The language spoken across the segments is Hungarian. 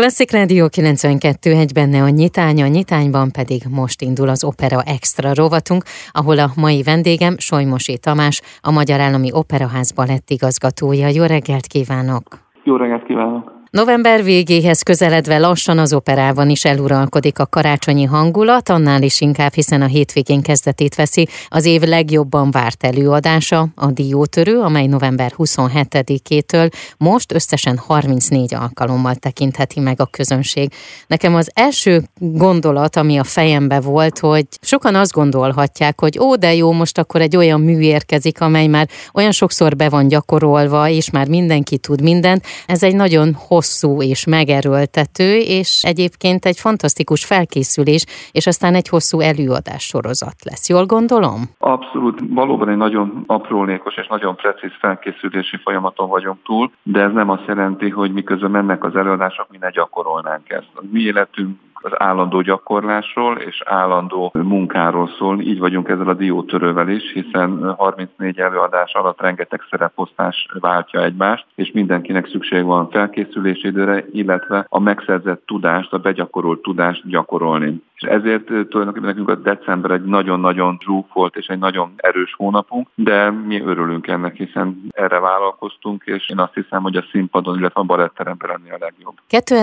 Klasszik Rádió 92.1, benne a Nyitány, a Nyitányban pedig most indul az Opera Extra rovatunk, ahol a mai vendégem Solymosy Tamás, a Magyar Állami Operaház balettigazgatója. Jó reggelt kívánok! Jó reggelt kívánok! November végéhez közeledve lassan az operában is eluralkodik a karácsonyi hangulat, annál is inkább, hiszen a hétvégén kezdetét veszi az év legjobban várt előadása, a Diótörő, amely november 27-től most összesen 34 alkalommal tekintheti meg a közönség. Nekem az első gondolat, ami a fejembe volt, hogy sokan azt gondolhatják, hogy de jó, most akkor egy olyan mű érkezik, amely már olyan sokszor be van gyakorolva, és már mindenki tud mindent. Ez egy nagyon hosszú és megerőltető, és egyébként egy fantasztikus felkészülés, és aztán egy hosszú előadás sorozat lesz. Jól gondolom? Abszolút. Valóban egy nagyon aprólékos és nagyon precíz felkészülési folyamaton vagyunk túl, de ez nem azt jelenti, hogy miközben mennek az előadások, mi ne gyakorolnánk ezt. A mi életünk az állandó gyakorlásról és állandó munkáról szól. Így vagyunk ezzel a Diótörővel is, hiszen 34 előadás alatt rengeteg szereposztás váltja egymást, és mindenkinek szükség van felkészülési időre, illetve a megszerzett tudást, a begyakorolt tudást gyakorolni. És ezért tulajdonképpen nekünk a december egy nagyon-nagyon zsúfolt és egy nagyon erős hónapunk, de mi örülünk ennek, hiszen erre vállalkoztunk, és én azt hiszem, hogy a színpadon, illetve a baletteremben lenni a legjobb.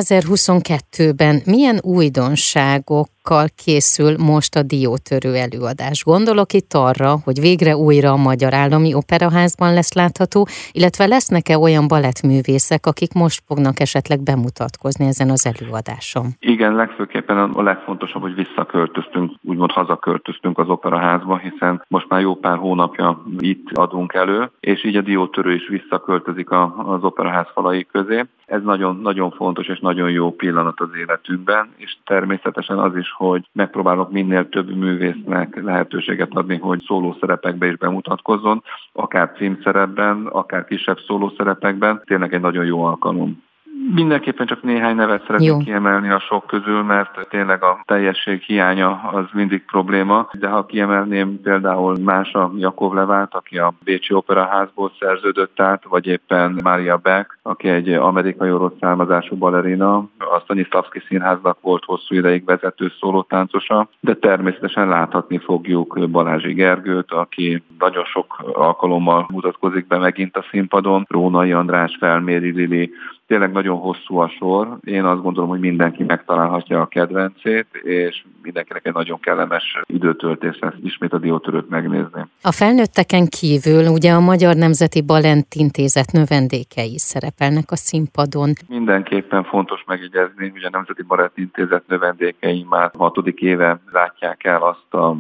2022-ben milyen újdonságokkal készül most a Diótörő előadás? Gondolok itt arra, hogy végre újra a Magyar Állami Operaházban lesz látható, illetve lesznek-e olyan balettművészek, akik most fognak esetleg bemutatkozni ezen az előadáson? Igen, legfőképpen a legfontosabb, hogy visszaköltöztünk, úgymond hazaköltöztünk az operaházba, hiszen most már jó pár hónapja itt adunk elő, és így a Diótörő is visszaköltözik az operaház falai közé. Ez nagyon-nagyon fontos és nagyon jó pillanat az életünkben, és természetesen az is, hogy megpróbálok minél több művésznek lehetőséget adni, hogy szólószerepekbe is bemutatkozzon, akár címszerepben, akár kisebb szólószerepekben. Tényleg egy nagyon jó alkalom. Mindenképpen csak néhány nevet szeretnék kiemelni a sok közül, mert tényleg a teljesség hiánya az mindig probléma, de ha kiemelném például Mása Jakovlevát, aki a Bécsi Operaházból szerződött át, vagy éppen Maria Beck, aki egy amerikai-orosz származású balerina, a Stanislavski Színháznak volt hosszú ideig vezető szólótáncosa, de természetesen láthatni fogjuk Balázsi Gergőt, aki nagyon sok alkalommal mutatkozik be megint a színpadon, Rónai András, Felméri Lili. Tényleg nagyon hosszú a sor. Én azt gondolom, hogy mindenki megtalálhatja a kedvencét, és mindenkinek egy nagyon kellemes időtöltés lesz ismét a Diótörőt megnézni. A felnőtteken kívül ugye a Magyar Nemzeti Balettintézet növendékei szerepelnek a színpadon. Mindenképpen fontos megjegyezni, hogy a Nemzeti Balettintézet növendékei már 6. éve látják el azt a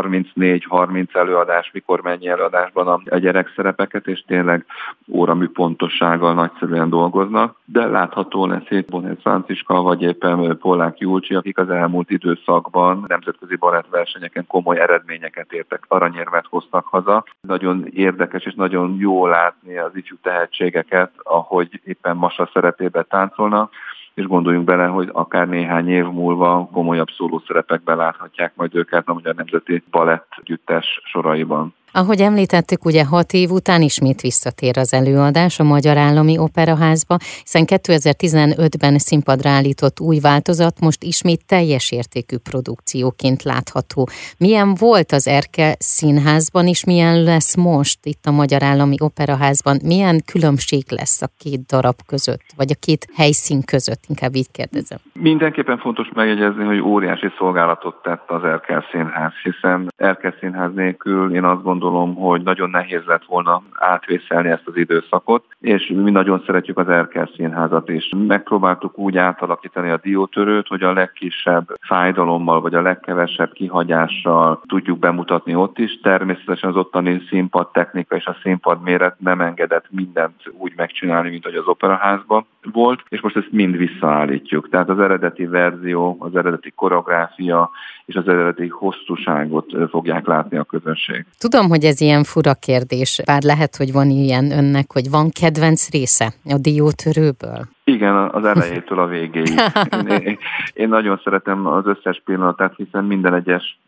34-30 előadás, mikor mennyi előadásban a gyerekszerepeket, és tényleg óramű pontossággal nagyszerűen dolgoznak. De látható lesz itt Bonhet Franciska, vagy éppen Pollák Julcsi, akik az elmúlt időszakban nemzetközi balettversenyeken komoly eredményeket értek, aranyérmet hoztak haza. Nagyon érdekes és nagyon jó látni az ifjú tehetségeket, ahogy éppen Masa szerepébe táncolnak, és gondoljunk bele, hogy akár néhány év múlva komolyabb szólószerepekben láthatják majd őket a Magyar Nemzeti Balettegyüttes soraiban. Ahogy említettük, ugye 6 év után ismét visszatér az előadás a Magyar Állami Operaházba, hiszen 2015-ben színpadra állított új változat most ismét teljes értékű produkcióként látható. Milyen volt az Erkel Színházban, és milyen lesz most itt a Magyar Állami Operaházban? Milyen különbség lesz a két darab között, vagy a két helyszín között, inkább így kérdezem. Mindenképpen fontos megjegyezni, hogy óriási szolgálatot tett az Erkel Színház, hiszen Erkel Színház nélkül én azt gondolom, hogy nagyon nehéz lett volna átvészelni ezt az időszakot, és mi nagyon szeretjük az Erkel Színházat is. Megpróbáltuk úgy átalakítani a Diótörőt, hogy a legkisebb fájdalommal, vagy a legkevesebb kihagyással tudjuk bemutatni ott is. Természetesen az ottani színpadtechnika és a színpad méret nem engedett mindent úgy megcsinálni, mint ahogy az operaházban volt, és most ezt mind visszaállítjuk. Tehát az eredeti verzió, az eredeti koreográfia és az eredeti hosszúságot fogják látni a közönség. Tudom, hogy ez ilyen fura kérdés, bár lehet, hogy van ilyen önnek, hogy van kedvenc része a Diótörőből? Igen, az elejétől a végéig. Én nagyon szeretem az összes pillanatát, hiszen minden egyes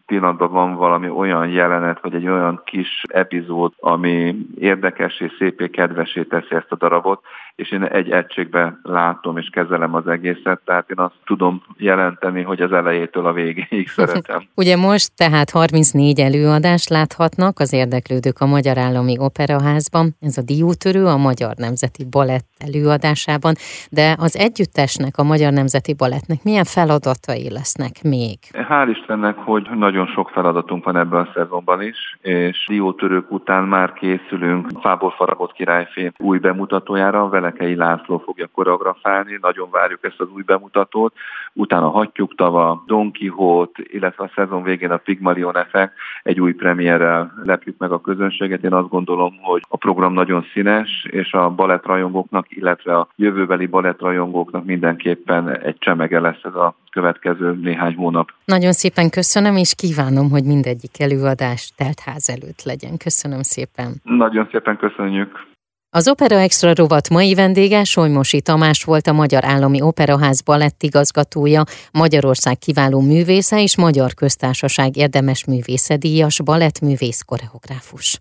pillanatban van valami olyan jelenet, vagy egy olyan kis epizód, ami érdekessé, szépé, kedvessé teszi ezt a darabot, és én egy egységbe látom és kezelem az egészet, tehát én azt tudom jelenteni, hogy az elejétől a végéig szeretem. Ugye most tehát 34 előadást láthatnak az érdeklődők a Magyar Állami Operaházban, ez a Diótörő a Magyar Nemzeti Balett előadásában, de az együttesnek, a Magyar Nemzeti Balettnek milyen feladatai lesznek még? Hál' Istennek, hogy nagyon sok feladatunk van ebben a szezonban is, és Diótörők után már készülünk Fából faragott királyfi új bemutatójára, Velekei László fogja koreografálni, nagyon várjuk ezt az új bemutatót, utána Hattyúk tava, Don Quixote, illetve a szezon végén a Pygmalion Effect, egy új premierrel lepjük meg a közönséget. Én azt gondolom, hogy a program nagyon színes, és a balettrajongóknak, illetve a jövőbeli balettrajongóknak mindenképpen egy csemege lesz ez a következő néhány hónap. Nagyon szépen köszönöm, és kívánom, hogy mindegyik előadás teltház előtt legyen. Köszönöm szépen. Nagyon szépen köszönjük. Az Opera Extra rovat mai vendége Solymosi Tamás volt, a Magyar Állami Operaház balettigazgatója, Magyarország kiváló művésze és Magyar Köztársaság érdemes művészedíjas balettművész koreográfus.